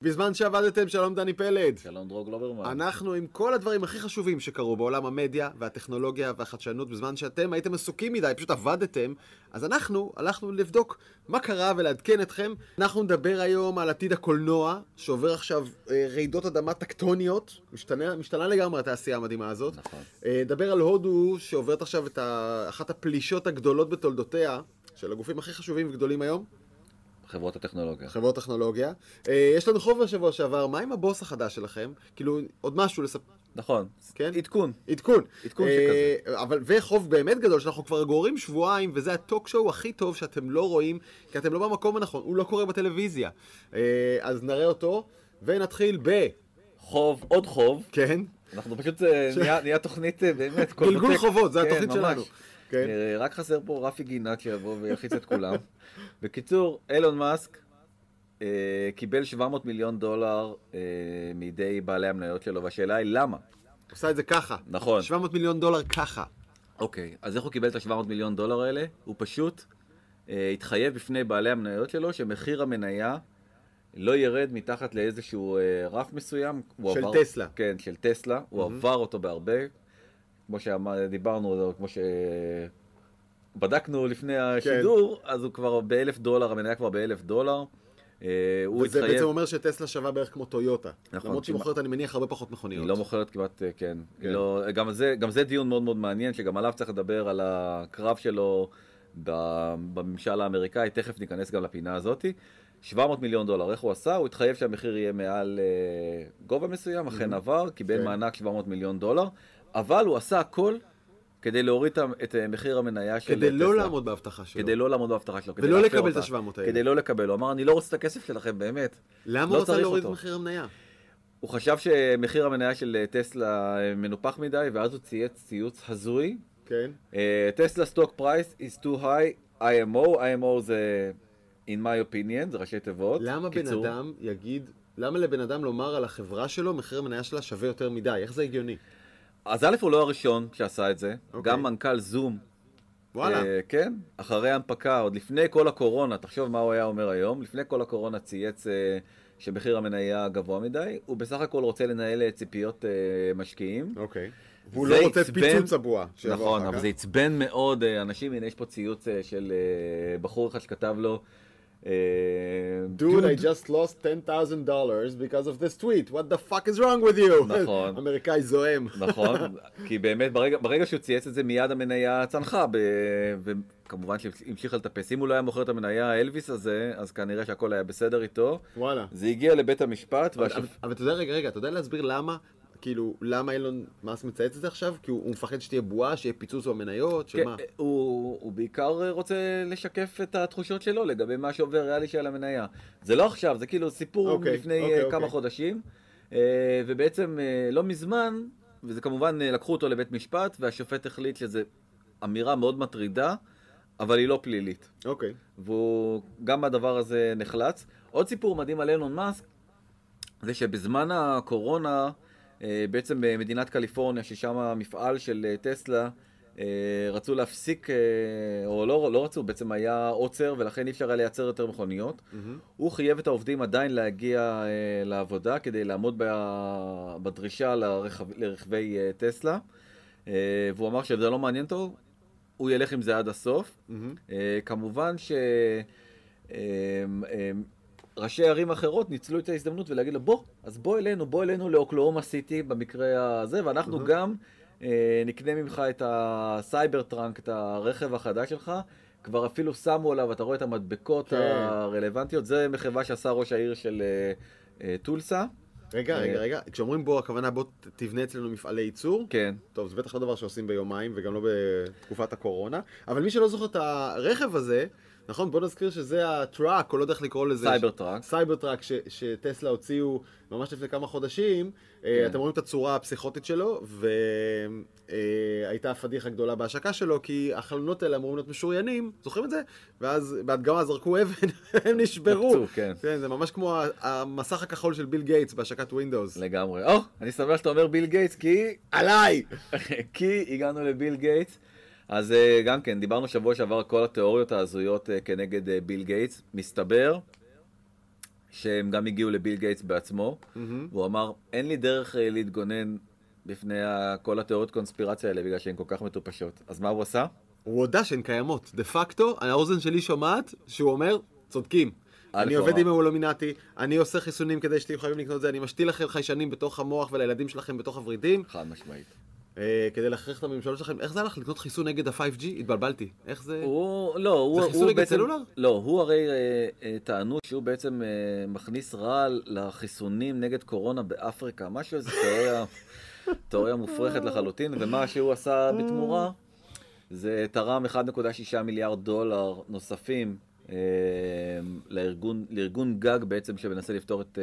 בזמן שעבדתם, שלום דני פלד. שלום דרור גלוברמן. אנחנו עם כל הדברים הכי חשובים שקרו בעולם המדיה והטכנולוגיה והחדשנות, בזמן שאתם הייתם עסוקים מדי, פשוט עבדתם, אז אנחנו הלכנו לבדוק מה קרה ולעדכן אתכם. אנחנו נדבר היום על עתיד הקולנוע, שעובר עכשיו רעידות אדמה טקטוניות, משתנה לגמרי התעשייה המדהימה הזאת. נכון. נדבר על הודו, שעוברת עכשיו את אחת הפלישות הגדולות בתולדותיה, של הגופים הכי חשובים וגדולים היום. חברות הטכנולוגיה. חברות טכנולוגיה. יש לנו חוב בשבוע שעבר, מה עם הבוס החדש שלכם? כאילו, עוד משהו לספר. נכון. כן? עדכון. עדכון. עדכון שכזה. וחוב באמת גדול, שאנחנו כבר גורים שבועיים, וזה הטוק שואו הכי טוב שאתם לא רואים, כי אתם לא במקום הנכון, הוא לא קורה בטלוויזיה. אז נראה אותו, ונתחיל חוב, עוד חוב. כן. אנחנו פשוט, נהיה תוכנית באמת. גלגול חובות, זה התוכנית שלנו. כן. רק חסר פה רפי גינת שיבוא ויחיץ את כולם. בקיצור, אילון מאסק קיבל $700 מיליון מידי בעלי המניות שלו, והשאלה היא למה? עושה את זה ככה. נכון. $700 מיליון ככה. אוקיי, אז איך הוא קיבל את $700 מיליון האלה? הוא פשוט התחייב בפני בעלי המניות שלו שמחיר המניה לא ירד מתחת לאיזשהו רף מסוים. של טסלה. כן, של טסלה. הוא עבר אותו בהרבה. כמו שדיברנו, כמו שבדקנו לפני השידור, אז הוא כבר $1,000, המניה כבר $1,000. וזה בעצם אומר שטסלה שווה בערך כמו טויוטה. נכון. למרות שהיא מוכרת, אני מניח, הרבה פחות מכוניות. היא לא מוכרת כמעט, כן. גם זה דיון מאוד מאוד מעניין, שגם עליו צריך לדבר על הקרב שלו בממשל האמריקאי, תכף ניכנס גם לפינה הזאת. $700 מיליון, איך הוא עשה? הוא התחייב שהמחיר יהיה מעל גובה מסוים, אכן עבר, קיבל מענק $700 מיליון, אבל הוא עשה הכל כדי להוריד את מחיר המניה של טסלה. כדי לא לעמוד בהבטחה שלו. כדי לא לעמוד בהבטחה שלו. ולא לקבל את ה-700 האלה. כדי לא לקבל. הוא אמר, אני לא רוצה את הכסף שלכם, באמת. למה הוא רצה להוריד את מחיר המניה? הוא חשב שמחיר המניה של טסלה מנופח מדי, ואז הוא צייץ ציוץ הזוי. כן. טסלה stock price is too high, IMO זה in my opinion, זה ראשי תיבות. למה בן אדם יגיד, למה לבן אדם לומר על החברה שלו, מחיר המניה שלה שווה יותר מדי? איך זה הגיוני? אז א' הוא לא הראשון שעשה את זה, גם מנכ"ל זום. וואלה. כן, אחרי ההנפקה, עוד לפני כל הקורונה, תחשוב מה הוא היה אומר היום, לפני כל הקורונה צייץ שמחיר המניה גבוה מדי, הוא בסך הכל רוצה לנהל ציפיות משקיעים. אוקיי. והוא לא רוצה פיצוץ הבועה. נכון, אבל זה עצבן מאוד אנשים, הנה יש פה ציוץ של בחור אחד שכתב לו, Dude, I just lost $10,000 because of this tweet. What the fuck is wrong with you? נכון. אמריקאי זוהם. נכון, כי באמת ברגע שהוא צייץ את זה מיד המניה צנחה, וכמובן שהמשיכה לטפס. אם הוא לא היה מוכר את המניה האלוויס הזה, אז כנראה שהכל היה בסדר איתו. וואלה. זה הגיע לבית המשפט. אבל אתה יודע, רגע, אתה יודע להסביר למה? כאילו, למה אילון מאסק מצייץ את זה עכשיו? כי הוא מפחד שתהיה בועה, שיהיה פיצוץ במניות, שמה? הוא בעיקר רוצה לשקף את התחושות שלו לגבי מה שעובר ריאלי של המניה. זה לא עכשיו, זה כאילו סיפור לפני כמה חודשים, ובעצם לא מזמן, וזה כמובן לקחו אותו לבית משפט, והשופט החליט שזה אמירה מאוד מטרידה, אבל היא לא פלילית. אוקיי. והוא גם הדבר הזה נחלץ. עוד סיפור מדהים על אילון מאסק, זה שבזמן הקורונה, בעצם במדינת קליפורניה, ששם המפעל של טסלה, רצו להפסיק, או לא רצו, בעצם היה עוצר, ולכן אי אפשר היה לייצר יותר מכוניות. הוא חייב את העובדים עדיין להגיע לעבודה, כדי לעמוד בדרישה לרכבי טסלה, והוא אמר שזה לא מעניין אותו, הוא ילך עם זה עד הסוף. כמובן ראשי ערים אחרות ניצלו את ההזדמנות ולהגיד לו, בוא אלינו לאוקלהומה סיטי במקרה הזה, ואנחנו גם נקנה ממך את הסייבר טראנק, את הרכב החדש שלך, כבר אפילו שמו עליו, אתה רואה את המדבקות הרלוונטיות, זה מחווה שעשה ראש העיר של טולסה. רגע, כשאומרים בוא, הכוונה בוא תבנה אצלנו מפעלי ייצור. כן. טוב, זה בטח לא דבר שעושים ביומיים וגם לא בתקופת הקורונה, אבל מי שלא זוכר את הרכב הזה, נכון, בוא נזכיר שזה הטראק, או לא יודע איך לקרוא לזה. סייבר טראק. סייבר טראק שטסלה הוציאו ממש לפני כמה חודשים. אתם רואים את הצורה הפסיכוטית שלו, והייתה פדיחה גדולה בהשקה שלו, כי החלונות האלה אמורים להיות משוריינים, זוכרים את זה? ואז בהדגמה זרקו אבן, הם נשברו. נפצו, כן. כן, זה ממש כמו המסך הכחול של ביל גייטס בהשקת ווינדוס. לגמרי. אני שמח שאתה אומר ביל גייטס, כי... עליי! כי הגענו לביל גייטס. אז גם כן, דיברנו שבוע שעבר כל התיאוריות ההזויות כנגד ביל גייטס. מסתבר שהם גם הגיעו לביל גייטס בעצמו, והוא אמר, אין לי דרך להתגונן בפני כל התיאוריות קונספירציה האלה, בגלל שהן כל כך מטופשות. אז מה הוא עשה? הוא הודע שהן קיימות. דה פקטו, האוזן שלי שומעת שהוא אומר, צודקים. אני עובד עם האולומינטי, אני עושה חיסונים כדי שתהיו חייבים לקנות את זה, אני משתיל לכם חיישנים בתוך המוח ולילדים שלכם בתוך הוורידים. חד משמעית. כדי להכריח את הממשלות שלכם. איך זה הלך לקנות חיסון נגד ה-5G? התבלבלתי. איך זה? זה חיסון נגד סלולר? לא, הוא הרי טענו שהוא בעצם מכניס רעל לחיסונים נגד קורונה באפריקה. משהו איזה תיאוריה מופרכת לחלוטין, ומה שהוא עשה בתמורה זה תרם 1.6 מיליארד דולר נוספים לארגון גג בעצם שמנסה לפתור את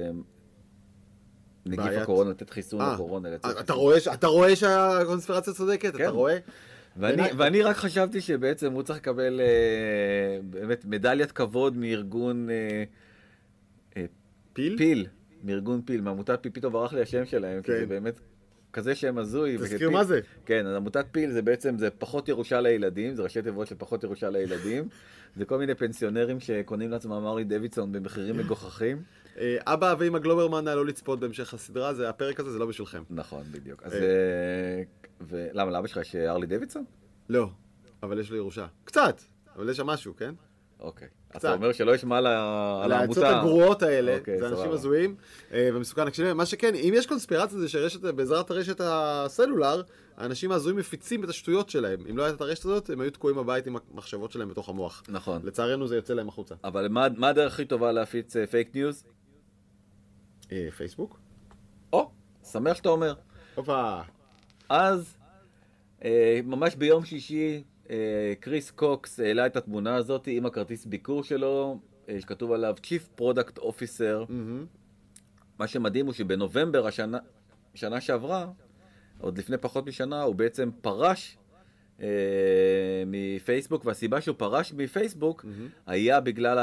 נגיף הקורונה, לתת חיסון לקורונה. אתה רואה שהקונספירציה צודקת? אתה רואה? ואני רק חשבתי שבעצם הוא צריך לקבל באמת מדליית כבוד מארגון פיל, מארגון פיל, מעמותת פיל, פתאום ברח לי השם שלהם, כי זה באמת כזה שם הזוי. תזכיר מה זה? כן, עמותת פיל זה בעצם, זה פחות ירושה לילדים, זה ראשי תיבות של פחות ירושה לילדים, זה כל מיני פנסיונרים שקונים לעצמם הרלי דוידסון במחירים מגוחכים. אבא ואמא גלוברמן לא לצפות בהמשך הסדרה, זה הפרק הזה, זה לא בשבילכם. נכון, בדיוק. אז למה, לאבא שלך יש הרלי דוידסון? לא, אבל יש לו ירושה. קצת, אבל יש שם משהו, כן? אוקיי. אתה אומר שלא ישמע על העמותה. לעצות הגרועות האלה, זה אנשים הזויים ומסוכן. מה שכן, אם יש קונספירציה זה שבעזרת הרשת הסלולר, האנשים הזויים מפיצים את השטויות שלהם. אם לא הייתה את הרשת הזאת, הם היו תקועים בבית עם המחשבות שלהם בתוך המוח. נכון. לצערנו זה יוצא להם החוצה. אבל מה הדרך הכי טובה להפיץ פייק ניוז? פייסבוק? שמח שאתה אומר. הופה. אז, ממש ביום שישי, קריס קוקס העלה את התמונה הזאת עם הכרטיס ביקור שלו, שכתוב עליו Chief Product Officer. מה שמדהים הוא שבנובמבר שנה שעברה, עוד לפני פחות משנה, הוא בעצם פרש מפייסבוק, והסיבה שהוא פרש מפייסבוק היה בגלל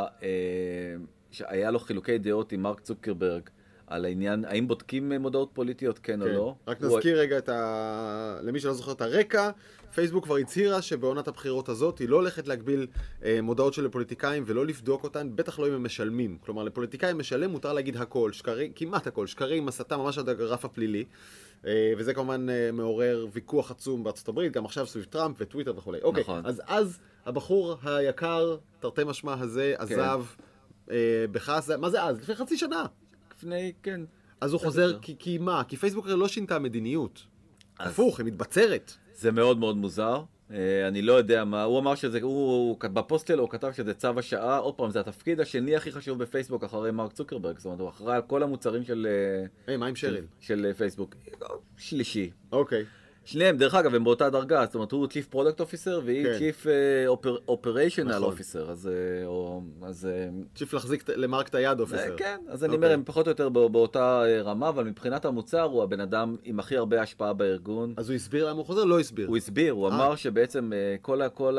שהיה לו חילוקי דעות עם מרק צוקרברג על העניין, האם בודקים מודעות פוליטיות, כן או לא. רק נזכיר רגע למי שלא זוכר את הרקע, פייסבוק כבר הצהירה שבעונת הבחירות הזאת היא לא הולכת להגביל מודעות של פוליטיקאים ולא לבדוק אותן, בטח לא אם הם משלמים. כלומר, לפוליטיקאים משלם מותר להגיד הכל, שקרים, כמעט הכל, שקרים, הסתה ממש עד הרף הפלילי, וזה כמובן מעורר ויכוח עצום בארצות הברית, גם עכשיו סביב טראמפ וטוויטר וכו'. אוקיי, אז הבחור היקר, תרתי משמע הזה, עזב בחס, מה זה אז? לפני חצי שנה. לפני, כן. אז הוא חוזר, כי מה? כי פייסבוק לא שינתה מדיניות. הפוך, היא מתבצרת. זה מאוד מאוד מוזר. אני לא יודע מה, הוא אמר שזה, בפוסט שלו הוא כתב שזה צו השעה, עוד פעם, זה התפקיד השני הכי חשוב בפייסבוק אחרי מרק צוקרברג, זאת אומרת, הוא אחראי על כל המוצרים מה עם שריל? של פייסבוק. שלישי. אוקיי. שניהם, דרך אגב, הם באותה דרגה, זאת אומרת, הוא Chief Product Officer והיא Chief Operational Officer, אז... Chief להחזיק למרק את היד Officer. כן, אז אני אומר, הם פחות או יותר באותה רמה, אבל מבחינת המוצר הוא הבן אדם עם הכי הרבה השפעה בארגון. אז הוא הסביר למה הוא חוזר? לא הסביר. הוא הסביר, הוא אמר שבעצם כל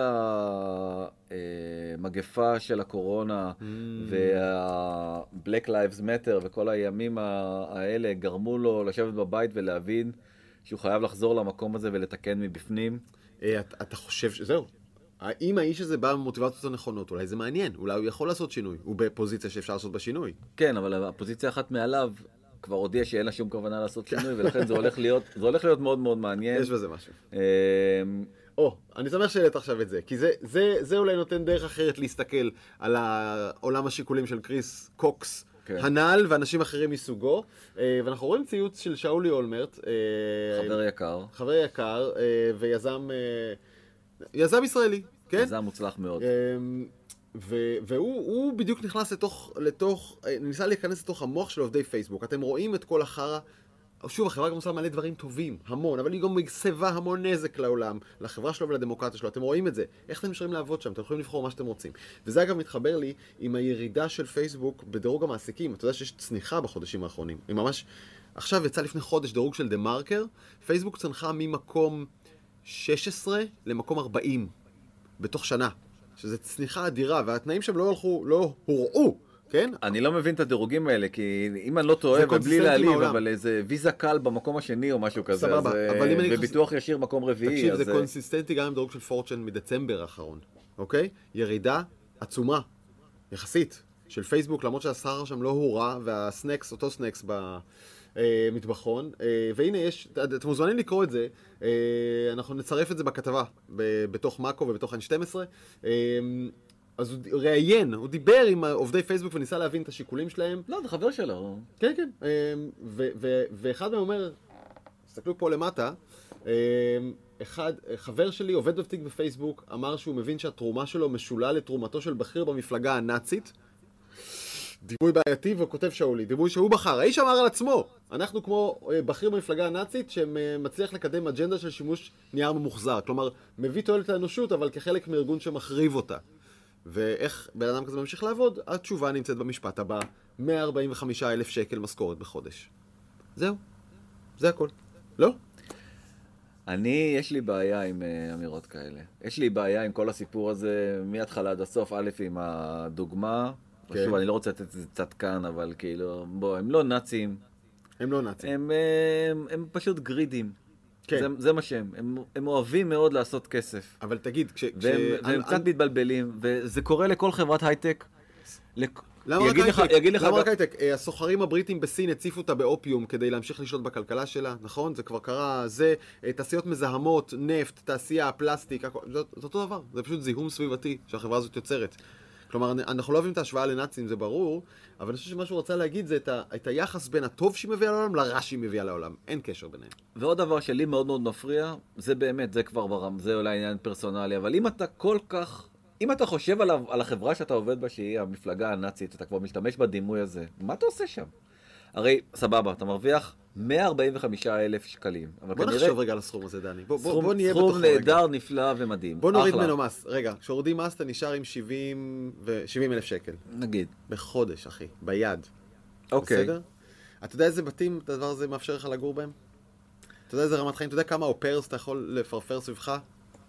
המגפה של הקורונה וה-Black Lives Matter וכל הימים האלה גרמו לו לשבת בבית ולהבין שהוא חייב לחזור למקום הזה ולתקן מבפנים. אתה חושב שזהו? האם האיש הזה בא במוטיבציות הנכונות? אולי זה מעניין, אולי הוא יכול לעשות שינוי. הוא בפוזיציה שאפשר לעשות בה שינוי. כן, אבל הפוזיציה אחת מעליו כבר הודיע שאין לה שום כוונה לעשות שינוי, ולכן זה הולך להיות מאוד מאוד מעניין. יש בזה משהו. אני שמח שהעלית עכשיו את זה, כי זה אולי נותן דרך אחרת להסתכל על העולם השיקולים של קריס קוקס, הנעל ואנשים אחרים מסוגו, ואנחנו רואים ציוץ של שאולי אולמרט, חבר יקר ויזם ישראלי, כן? יזם מוצלח מאוד. והוא בדיוק נכנס ניסה להיכנס לתוך המוח של עובדי פייסבוק. אתם רואים את כל החרא, שוב, החברה גם עושה מלא דברים טובים, המון, אבל היא גם מסבה המון נזק לעולם, לחברה שלו ולדמוקרטיה שלו. אתם רואים את זה. איך אתם יכולים לעבוד שם? אתם יכולים לבחור מה שאתם רוצים. וזה אגב מתחבר לי עם הירידה של פייסבוק בדירוג המעסיקים. אתה יודע שיש צניחה בחודשים האחרונים. היא ממש... עכשיו יצא לפני חודש דירוג של דה מרקר, פייסבוק צנחה ממקום 16 למקום 40 בתוך שנה. שזה צניחה אדירה, והתנאים שם לא הורעו. כן? אני לא מבין את הדירוגים האלה, כי אם אני לא טועה, ובלי להעליב, אבל איזה ויזה קל במקום השני או משהו כזה, סבבה, אבל אם אני... וביטוח ישיר מקום רביעי, תקשיב, זה קונסיסטנטי גם עם דירוג של פורצ'ן מדצמבר האחרון, אוקיי? ירידה עצומה, יחסית. של פייסבוק, למרות שהשכר שם לא הורע, והסנקס, אותו סנקס במטבחון. והנה יש, אתם מוזמנים לקרוא את זה, אנחנו נצרף את זה בכתבה, בתוך מאקו ובתוך N12. אז הוא ראיין, הוא דיבר עם עובדי פייסבוק וניסה להבין את השיקולים שלהם. לא, זה חבר שלו. כן, כן. ואחד מהם אומר, תסתכלו פה למטה, חבר שלי, עובד ותיק בפייסבוק, אמר שהוא מבין שהתרומה שלו משולה לתרומתו של בכיר במפלגה הנאצית. דימוי בעייתי, והוא כותב שאולי, דימוי שהוא בחר. האיש אמר על עצמו, אנחנו כמו בכיר במפלגה הנאצית שמצליח לקדם אג'נדה של שימוש נייר ממוחזר. כלומר, מביא תועלת לאנושות, אבל כחלק מארגון שמחריב אותה. ואיך בן אדם כזה ממשיך לעבוד? התשובה נמצאת במשפט הבא, 145,000 שקל משכורת בחודש. זהו. זה הכל. לא? יש לי בעיה עם אמירות כאלה. יש לי בעיה עם כל הסיפור הזה, מההתחלה עד הסוף, א' עם הדוגמה. כן. שוב, אני לא רוצה לתת את זה קצת כאן, אבל כאילו, בוא, הם לא נאצים. הם לא נאצים. הם פשוט גרידים. כן. זה מה שהם. הם אוהבים מאוד לעשות כסף. אבל תגיד, והם קצת מתבלבלים, וזה קורה לכל חברת הייטק. למה רק הייטק? הסוחרים הבריטים בסין הציפו אותה באופיום כדי להמשיך לשלוט בכלכלה שלה, נכון? זה כבר קרה, זה תעשיות מזהמות, נפט, תעשייה, פלסטיק, זה אותו דבר. זה פשוט זיהום סביבתי שהחברה הזאת יוצרת. כלומר, אנחנו לא אוהבים את ההשוואה לנאצים, זה ברור, אבל אני חושב שמה שהוא רצה להגיד זה את היחס בין הטוב שהיא מביאה לעולם לרע שהיא מביאה לעולם. אין קשר ביניהם. ועוד דבר שלי מאוד מאוד מפריע, זה באמת, זה כבר ברם, זה אולי עניין פרסונלי, אבל אם אתה חושב על החברה שאתה עובד בה, שהיא המפלגה הנאצית, אתה כבר משתמש בדימוי הזה, מה אתה עושה שם? הרי, סבבה, אתה מרוויח 145,000 שקלים. בוא נחשוב רגע על הסכום הזה, דני. בוא נהיה בתוכו רגע. סכום נהדר, נפלא ומדהים. בוא נוריד ממנו מס. רגע, כשהורדים מס אתה נשאר עם 70,000 שקל. נגיד. בחודש, אחי. ביד. אוקיי. בסדר? אתה יודע איזה בתים הדבר הזה מאפשר לך לגור בהם? אתה יודע איזה רמת חיים? אתה יודע כמה אופרס אתה יכול לפרפר סביבך?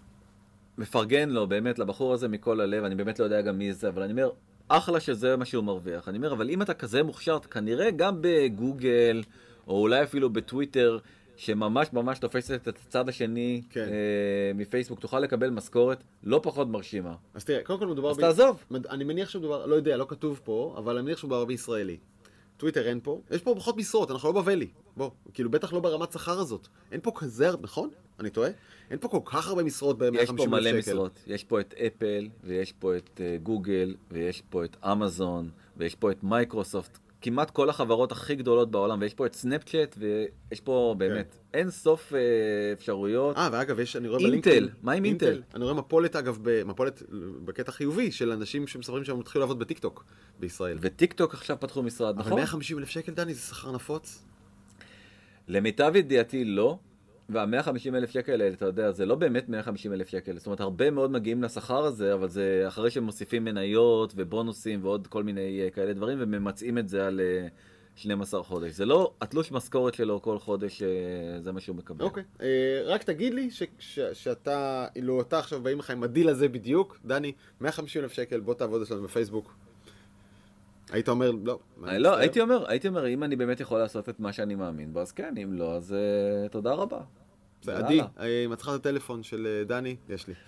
מפרגן לו, באמת, לבחור הזה מכל הלב, אני באמת לא יודע גם מי זה, אבל אני אומר, אחלה שזה מה שהוא מרוויח. אני אומר, אבל אם אתה כזה מוכשר, כנראה גם בגוגל, או אולי אפילו בטוויטר, שממש ממש תופסת את הצד השני מפייסבוק, תוכל לקבל משכורת לא פחות מרשימה. אז תראה, קודם כל מדובר... אז תעזוב. אני מניח שמדובר, לא יודע, לא כתוב פה, אבל אני מניח שמדובר בישראלי. טוויטר אין פה. יש פה פחות משרות, אנחנו לא בבלי. בוא, כאילו בטח לא ברמת שכר הזאת. אין פה כזה, נכון? אני טועה? אין פה כל כך הרבה משרות ב-150,000 שקל. יש פה מלא משרות. יש פה את אפל, ויש פה את גוגל, ויש פה את אמזון, ויש פה את מייקרוסופט. כמעט כל החברות הכי גדולות בעולם, ויש פה את סנאפצ'אט, ויש פה באמת אין סוף אפשרויות. ואגב, אני רואה אינטל, מה עם אינטל? אני רואה מפולת, אגב, מפולת בקטע חיובי של אנשים שמספרים שהם התחילו לעבוד בטיקטוק בישראל. וטיקטוק עכשיו פתחו משרד, נכון? אבל 150,000 שקל, דני, זה שכר נפוץ? למיטב ידיעתי לא, וה-150,000 שקל האלה, אתה יודע, זה לא באמת 150,000 שקל. זאת אומרת, הרבה מאוד מגיעים לשכר הזה, אבל זה אחרי שמוסיפים מניות ובונוסים ועוד כל מיני כאלה דברים, וממצאים את זה על 12 חודש. זה לא התלוש משכורת שלו כל חודש, זה מה שהוא מקבל. אוקיי. רק תגיד לי שאתה, אילו אתה עכשיו באים לך עם הדיל הזה בדיוק, דני, 150,000 שקל, בוא תעבוד אצלנו בפייסבוק. היית אומר, לא. לא, הייתי אומר, אם אני באמת יכול לעשות את מה שאני מאמין בו, אז כן, אם לא, אז תודה רבה. עדי, אם את צריכה את הטלפון של דני, יש לי.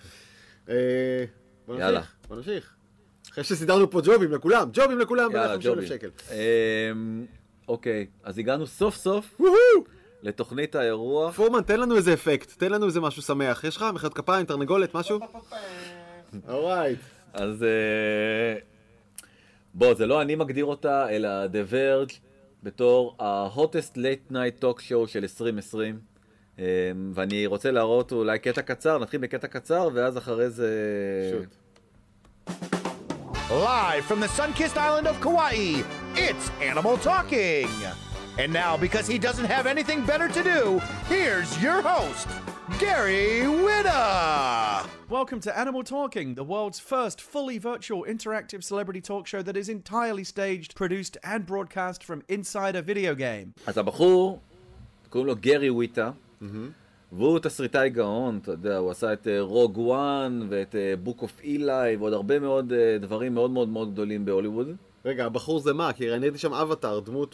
בוא נמשיך. אחרי שסידרנו פה ג'ובים לכולם, ב-150,000 שקל. אוקיי, אז הגענו סוף סוף לתוכנית האירוח. פורמן, תן לנו איזה אפקט, תן לנו איזה משהו שמח. יש לך מחיאות כפיים, תרנגולת, משהו? אורייט. אז בוא, זה לא אני מגדיר אותה, אלא The Verge, בתור ה-Hottest Late Night Talk Show של 2020. ואני רוצה להראות אולי קטע קצר, נתחיל בקטע קצר, ואז אחרי זה... שוט. Live from the sun-kissed island of Kauai, it's Animal Talking. And now, because he doesn't have anything better to do, here's your host, Gary Whitta. Welcome to Animal Talking, the world's first fully virtual interactive celebrity talk show that is entirely staged, produced and broadcast from inside a video game. אז הבחור, קוראים לו גרי וויטה, והוא תסריטאי גאון, אתה יודע, הוא עשה את רוג וואן ואת בוק אוף אילי ועוד הרבה מאוד דברים מאוד מאוד מאוד גדולים בהוליווד. רגע, הבחור זה מה? כי ראיתי שם אבטר, דמות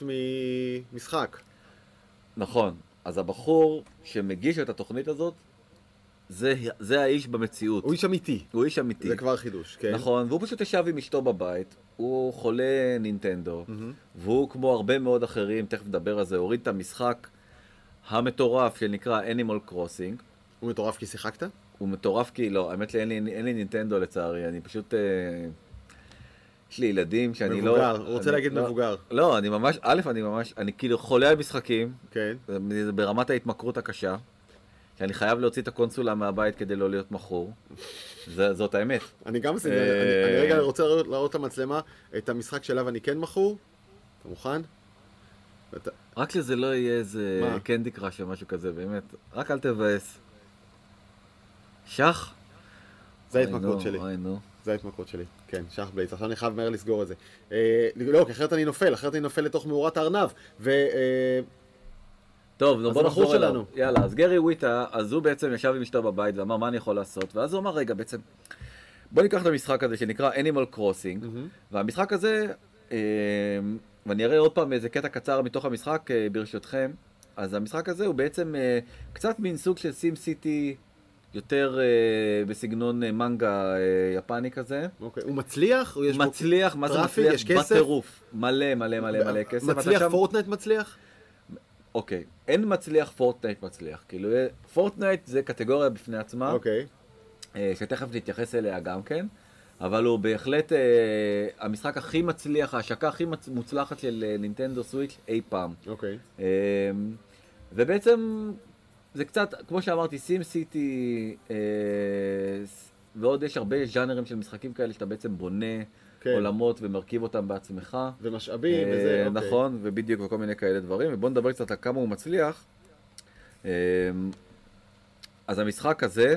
ממשחק. נכון, אז הבחור שמגיש את התוכנית הזאת זה האיש במציאות. הוא איש אמיתי. הוא איש אמיתי. זה כבר חידוש, כן. נכון, והוא פשוט ישב עם אשתו בבית, הוא חולה נינטנדו, והוא כמו הרבה מאוד אחרים, תכף נדבר על זה, הוריד את המשחק המטורף שנקרא Animal Crossing. הוא מטורף כי שיחקת? הוא מטורף כי, לא, האמת לי אין לי נינטנדו לצערי, אני פשוט... יש לי ילדים שאני לא... מבוגר, הוא רוצה להגיד מבוגר. לא, אני ממש, אני כאילו חולה על משחקים, כן. זה ברמת ההתמכרות הקשה, שאני חייב להוציא את הקונסולה מהבית כדי לא להיות מכור. זאת האמת. אני גם עשיתי, אני רגע רוצה להראות למצלמה את המשחק שאליו אני כן מכור. אתה מוכן? רק שזה לא יהיה איזה קנדי קראש או משהו כזה, באמת. רק אל תבאס. שח? זה ההתמכרות שלי. זה ההתמכרות שלי. כן, שח בלייץ. עכשיו אני חייב מהר לסגור את זה. לא, כי אחרת אני נופל לתוך מאורת הארנב. טוב, בוא נחזור אלינו. יאללה, אז גרי וויטה, אז הוא בעצם ישב עם אשתו בבית ואמר מה אני יכול לעשות, ואז הוא אמר רגע בעצם, בוא ניקח את המשחק הזה שנקרא Animal Crossing, והמשחק הזה, ואני אראה עוד פעם איזה קטע קצר מתוך המשחק ברשותכם, אז המשחק הזה הוא בעצם קצת מין סוג של סים סיטי, יותר בסגנון מנגה יפני כזה. אוקיי, הוא מצליח? מצליח, מה זה מצליח? בטירוף. מלא כסף. מצליח פורטנייט מצליח? אוקיי, אין מצליח, פורטנייט מצליח. כאילו, פורטנייט זה קטגוריה בפני עצמה, שתכף נתייחס אליה גם כן, אבל הוא בהחלט המשחק הכי מצליח, ההשקה הכי מוצלחת של נינטנדו סוויץ' אי פעם. אוקיי. ובעצם זה קצת, כמו שאמרתי, סים סיטי, ועוד יש הרבה ז'אנרים של משחקים כאלה שאתה בעצם בונה עולמות ומרכיב אותם בעצמך. ומשאבים וזה, אוקיי. נכון, ובדיוק וכל מיני כאלה דברים. ובואו נדבר קצת על כמה הוא מצליח. אז המשחק הזה,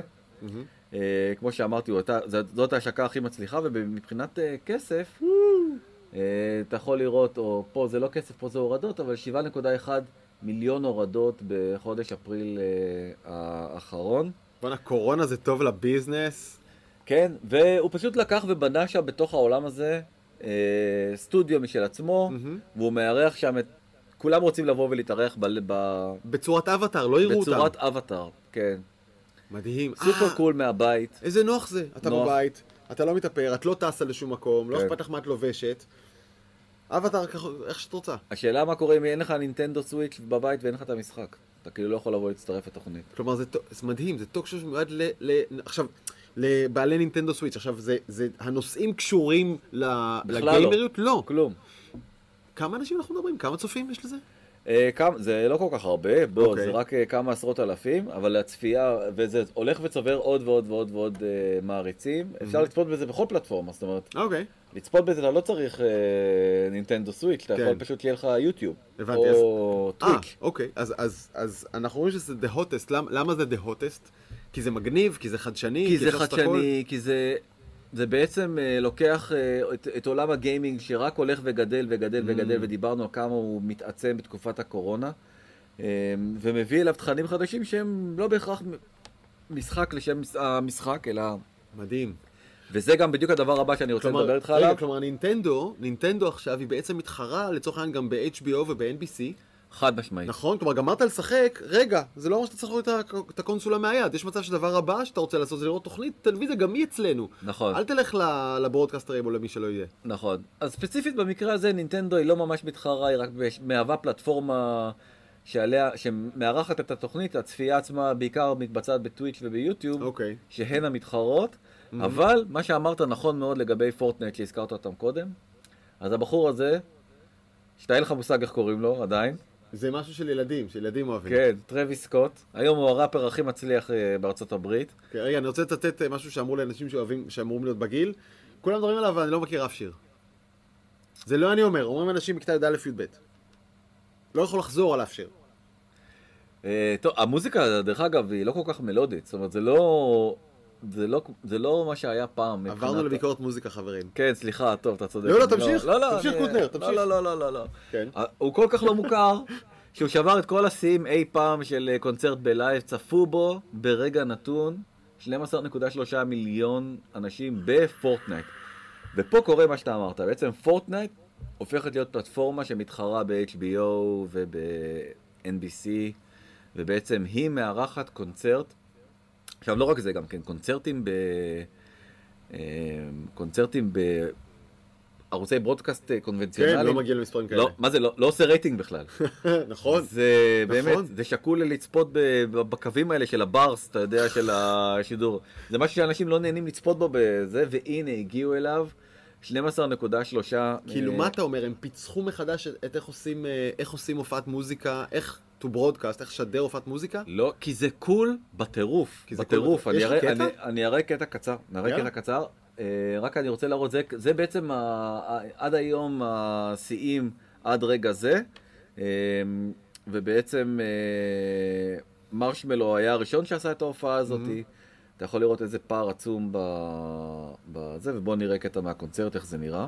כמו שאמרתי, זאת ההשקה הכי מצליחה, ומבחינת כסף, אתה יכול לראות, או פה זה לא כסף, פה זה הורדות, אבל 7.1 מיליון הורדות בחודש אפריל האחרון. בוא'נה, קורונה זה טוב לביזנס. כן, והוא פשוט לקח ובנה שם בתוך העולם הזה סטודיו משל עצמו, והוא מארח שם את... כולם רוצים לבוא ולהתארח בצורת אבטר, לא יראו אותם. בצורת אבטר, כן. מדהים. סופר קול מהבית. איזה נוח זה. אתה בבית, אתה לא מתאפר, את לא טסה לשום מקום, לא אכפת לך מה את לובשת. אבטר איך שאת רוצה. השאלה מה קורה אם אין לך נינטנדו סוויץ' בבית ואין לך את המשחק. אתה כאילו לא יכול לבוא להצטרף לתוכנית. כלומר, זה מדהים, זה טוק שמיועד עכשיו, לבעלי נינטנדו סוויץ'. עכשיו, הנושאים קשורים לגיימריות? לא. כלום. כמה אנשים אנחנו מדברים? כמה צופים יש לזה? זה לא כל כך הרבה, זה רק כמה עשרות אלפים, אבל הצפייה, וזה הולך וצובר עוד ועוד ועוד ועוד מעריצים. אפשר לצפות בזה בכל פלטפורמה, זאת אומרת, לצפות בזה אתה לא צריך נינטנדו סוויץ', אתה יכול פשוט יהיה לך יוטיוב, או טוויץ'. אוקיי, אז אנחנו רואים שזה the hottest, למה זה the hottest? כי זה מגניב, כי זה חדשני, כי זה חדשני, כי זה בעצם לוקח את עולם הגיימינג שרק הולך וגדל וגדל וגדל, ודיברנו על כמה הוא מתעצם בתקופת הקורונה, ומביא אליו תכנים חדשים שהם לא בהכרח משחק לשם המשחק, אלא... מדהים. וזה גם בדיוק הדבר הבא שאני רוצה לדבר איתך עליו. כלומר, נינטנדו עכשיו היא בעצם מתחרה לצורך העניין גם ב-HBO וב-NBC. חד משמעית. נכון, כלומר גמרת לשחק, רגע, זה לא אומר שאתה צריך לראות את הקונסולה מהיד, יש מצב שדבר הבא שאתה רוצה לעשות זה לראות תוכנית טלוויזיה גם היא אצלנו. נכון. אל תלך לברודקאסטרים או למי שלא יהיה. נכון. אז ספציפית במקרה הזה נינטנדו היא לא ממש מתחרה, היא רק מהווה פלטפורמה שמארחת את התוכנית, הצפייה עצמה בעיקר מתבצעת בטוויץ' וביוטיוב, שהן המתחרות, אבל מה שאמרת נכון מאוד לגבי פורטנייט שהזכרת אותם קודם, אז הבחור הזה, שאתה אין לך מושג איך קוראים לו עדיין, זה משהו של ילדים אוהבים. כן, טרוויס סקוט. היום הוא הראפר הכי מצליח בארצות הברית. כן, רגע, אני רוצה לצטט משהו שאמרו לאנשים שאמורים להיות בגיל. כולם מדברים עליו, אבל אני לא מכיר אף שיר. זה לא אני אומר, אומרים אנשים בכיתה י"א-י"ב. לא יכול לחזור על אף שיר. טוב, המוזיקה, דרך אגב, היא לא כל כך מלודית. זאת אומרת, זה לא מה שהיה פעם. עברנו לביקורת מוזיקה, חברים. כן, סליחה, טוב, אתה צודק. לא, תמשיך. תמשיך, קוטנר, תמשיך. לא. הוא כל כך לא מוכר, שהוא שבר את כל השיאים אי פעם של קונצרט בלייב, צפו בו ברגע נתון 12.3 מיליון אנשים בפורטנייט. ופה קורה מה שאתה אמרת, בעצם פורטנייט הופכת להיות פלטפורמה שמתחרה ב-HBO וב-NBC, ובעצם היא מארחת קונצרט עכשיו, לא רק זה, גם כן, קונצרטים בערוצי ברודקאסט קונבנציונליים. כן, לא מגיע למספרים כאלה. לא, מה זה, לא עושה רייטינג בכלל. נכון. זה באמת, נכון. זה שקול לצפות בקווים האלה של הברס, אתה יודע, של השידור. זה משהו שאנשים לא נהנים לצפות בו בזה, והנה, הגיעו אליו 12.3. כאילו, מה אתה אומר? הם פיצחו מחדש את איך עושים הופעת מוזיקה, איך to broadcast, איך שדר הופעת מוזיקה? לא, כי זה קול בטירוף. בטירוף. יש לך קטע? אני אראה קטע קצר. רק אני רוצה להראות, זה בעצם עד היום השיאים עד רגע זה, ובעצם מרשמלו היה הראשון שעשה את ההופעה הזאת. אתה יכול לראות איזה פער עצום בזה, ובואו נראה קטע מהקונצרט, איך זה נראה.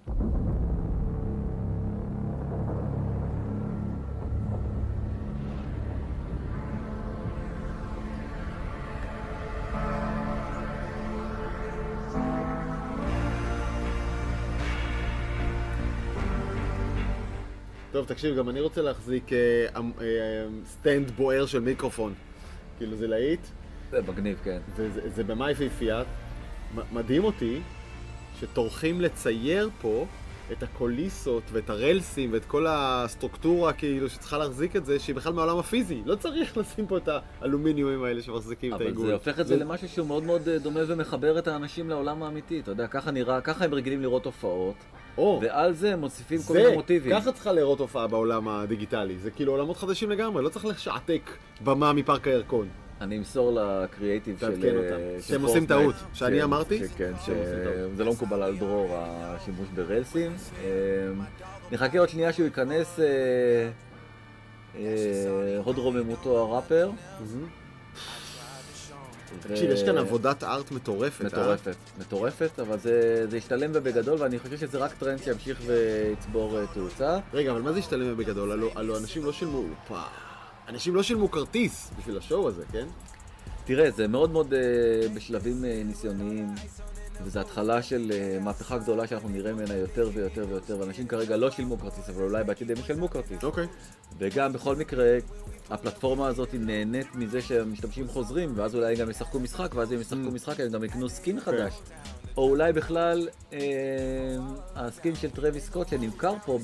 טוב, תקשיב, גם אני רוצה להחזיק סטנד בוער של מיקרופון. כאילו, זה להיט. זה מגניב, כן. זה במה יפהפייה. מדהים אותי שטורחים לצייר פה את הקוליסות ואת הרלסים ואת כל הסטרוקטורה כאילו שצריכה להחזיק את זה, שהיא בכלל מהעולם הפיזי. לא צריך לשים פה את האלומיניומים האלה שמחזיקים את העיגול. אבל זה הופך את זה למשהו שהוא מאוד מאוד דומה ומחבר את האנשים לעולם האמיתי. אתה יודע, ככה נראה, ככה הם רגילים לראות הופעות, ועל זה הם מוסיפים כל מיני מוטיבים. ככה צריכה לראות הופעה בעולם הדיגיטלי. זה כאילו עולמות חדשים לגמרי, לא צריך לשעתק במה מפארק הירקון. אני אמסור לקריאייטיב של שהם עושים טעות, שאני אמרתי? כן, זה לא מקובל על דרור השימוש ברלסים. נחכה עוד שנייה שהוא ייכנס, הוד רוממותו הראפר. תקשיב, יש כאן עבודת ארט מטורפת. מטורפת, אבל זה ישתלם בגדול, ואני חושב שזה רק טרנד שימשיך ויצבור תאוצה. רגע, אבל מה זה ישתלם בגדול? הלוא אנשים לא שילמו... אנשים לא שילמו כרטיס בשביל השואו הזה, כן? תראה, זה מאוד מאוד בשלבים ניסיוניים, וזו התחלה של מהפכה גדולה שאנחנו נראה ממנה יותר ויותר ויותר, ואנשים כרגע לא שילמו כרטיס, אבל אולי בעתיד הם ישלמו כרטיס. אוקיי. וגם בכל מקרה, הפלטפורמה הזאת נהנית מזה שהמשתמשים חוזרים, ואז אולי גם ישחקו משחק, ואז הם ישחקו משחק, הם גם יקנו סקין חדש. או אולי בכלל הסקין של טרוויס סקוט שנמכר פה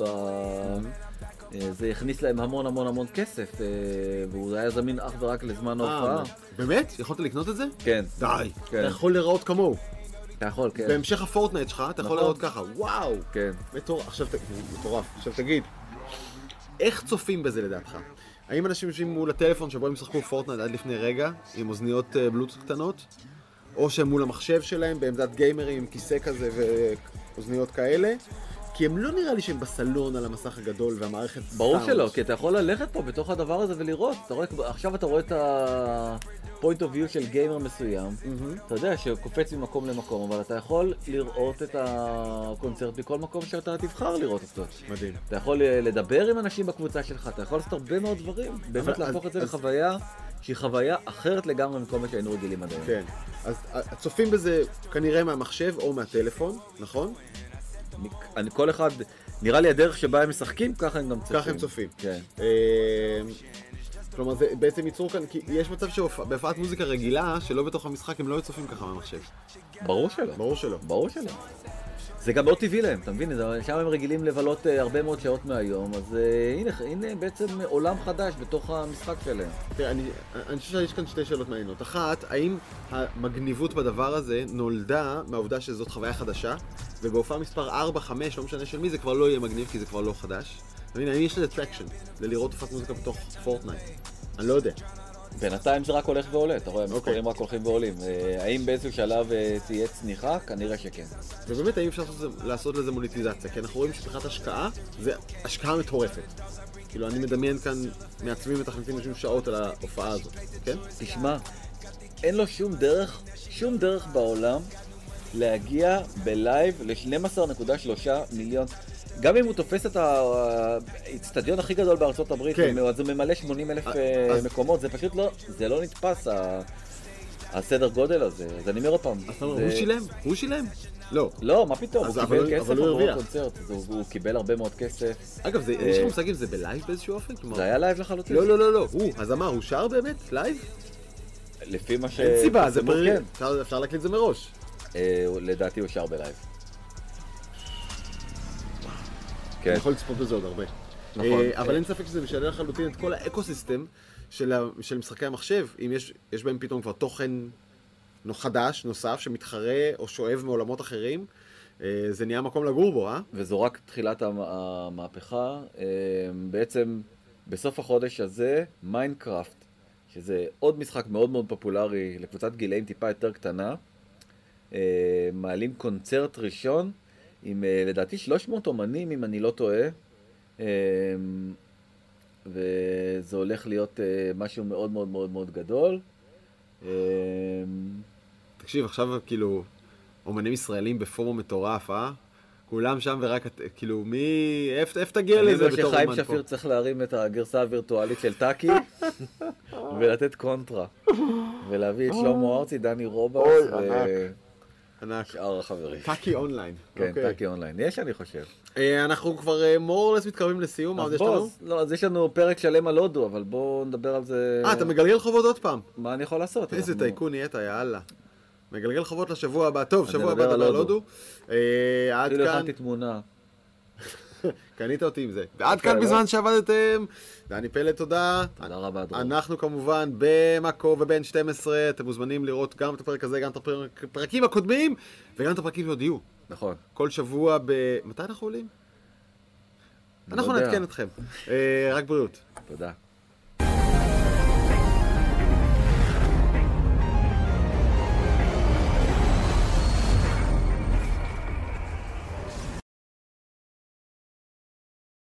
זה יכניס להם המון המון המון כסף, והוא היה זמין אך ורק לזמן ההופעה. באמת? יכולת לקנות את זה? כן. די. אתה יכול לראות כמוהו. אתה יכול, כן. בהמשך הפורטנייט שלך, אתה יכול לראות ככה. וואו. כן. מטורף. עכשיו תגיד, איך צופים בזה לדעתך? האם אנשים יושבים מול הטלפון שבו הם ישחקו פורטנייט עד לפני רגע, עם אוזניות בלוטות' קטנות? או שהם מול המחשב שלהם, בעמדת גיימרים עם כיסא כזה ואוזניות כאלה? כי הם לא נראה לי שהם בסלון על המסך הגדול והמערכת סאונד. ברור שלא, כי אתה יכול ללכת פה בתוך הדבר הזה ולראות. עכשיו אתה רואה את ה-point of view של גיימר מסוים, אתה יודע, שקופץ ממקום למקום, אבל אתה יכול לראות את הקונצרט בכל מקום שאתה תבחר לראות אותו. מדהים. אתה יכול לדבר עם אנשים בקבוצה שלך, אתה יכול לעשות הרבה מאוד דברים, באמת להפוך את זה לחוויה שהיא חוויה אחרת לגמרי מכל מה שהיינו רגילים עד היום. כן, אז הצופים בזה כנראה מהמחשב או מהטלפון, נכון? כל אחד, נראה לי הדרך שבה הם משחקים, ככה הם גם צופים. ככה הם צופים. כן. כלומר, זה בעצם ייצור כאן, כי יש מצב שבהופעת מוזיקה רגילה, שלא בתוך המשחק, הם לא צופים ככה מהמחשב. ברור שלא. ברור שלא. ברור שלא. זה גם מאוד טבעי להם, אתה מבין? שם הם רגילים לבלות הרבה מאוד שעות מהיום, אז הנה בעצם עולם חדש בתוך המשחק שלהם. תראה, אני חושב שיש כאן שתי שאלות מעניינות. אחת, האם המגניבות בדבר הזה נולדה מהעובדה שזאת חוויה חדשה, ובהופעה מספר 4, 5, לא משנה של מי, זה כבר לא יהיה מגניב, כי זה כבר לא חדש. אתה מבין, האם יש לזה טרקשן, לראות הופעת מוזיקה בתוך פורטנייט? אני לא יודע. בינתיים זה רק הולך ועולה, אתה רואה, המספרים רק הולכים ועולים. האם באיזשהו שלב תהיה צניחה? כנראה שכן. ובאמת, האם אפשר לעשות לזה מוניטיזציה? כי אנחנו רואים שפתיחת השקעה, זה השקעה מטורפת. כאילו, אני מדמיין כאן מעצבים ותכניתים לשום שעות על ההופעה הזאת, כן? תשמע, אין לו שום דרך בעולם להגיע בלייב ל-12.3 מיליון. גם אם הוא תופס את האצטדיון הכי גדול בארצות הברית, אז הוא ממלא 80,000 מקומות, זה פשוט לא, זה לא נתפס הסדר גודל הזה. אז אני אומר עוד פעם. אז הוא שילם? הוא שילם? לא. לא, מה פתאום? הוא קיבל כסף עבור הקונצרט, הוא קיבל הרבה מאוד כסף. אגב, יש לך מושג אם זה בלייב באיזשהו אופן? זה היה לייב לחלוטין. לא, לא, לא, לא. אז אמר, הוא שר באמת? לייב? לפי מה ש... אין סיבה, זה פרסמו, פרק, כן. אפשר להקליט זה מראש. לדעתי הוא שר בלייב. אני כן. יכול לצפות בזה עוד הרבה. נכון. אבל אין ספק שזה משנה לחלוטין את כל האקוסיסטם של משחקי המחשב. אם יש בהם פתאום כבר תוכן חדש, נוסף, שמתחרה או שואב מעולמות אחרים, זה נהיה מקום לגור בו, אה? וזו רק תחילת המהפכה. בעצם בסוף החודש הזה, מיינקראפט, שזה עוד משחק מאוד מאוד פופולרי לקבוצת גילאים טיפה יותר קטנה, מעלים קונצרט ראשון עם לדעתי 300 אומנים אם אני לא טועה, וזה הולך להיות משהו מאוד מאוד מאוד מאוד גדול. תקשיב, עכשיו כאילו אומנים ישראלים בפומו מטורף, אה? כולם שם ורק, כאילו, איפה תגיע לזה אני בתור אומר אומן שחיים פה? שפיר צריך להרים את הגרסה הווירטואלית של טאקי ולתת קונטרה ולהביא את שלמה ארצי, דני רובס ענק. ושאר החברים. טאקי אונליין. כן, אוקיי. טאקי אונליין. יש, אני חושב. אנחנו כבר more or less מתקרבים לסיום, מה עוד אז יש לנו? בוא, לא, אז יש לנו פרק שלם על הודו, אבל בואו נדבר על זה. אתה מגלגל חובות עוד פעם. מה אני יכול לעשות? איזה אנחנו- טייקון נהיית, יאללה. מגלגל חובות לשבוע הבא. טוב, אז שבוע נדבר הבא על נדבר על הודו. הודו. עד אפילו כאן, הכנתי תמונה. קנית אותי עם זה. ועד אוקיי, כאן לא? בזמן שעבדתם. דני פלד, תודה. תודה רבה, דרור. אנחנו כמובן במאקו ובין 12, אתם מוזמנים לראות גם את הפרק הזה, גם את הפרקים הקודמים, וגם את הפרקים שעוד יהיו. נכון. כל שבוע מתי אנחנו עולים? לא אנחנו יודע. נעדכן אתכם. רק בריאות. תודה.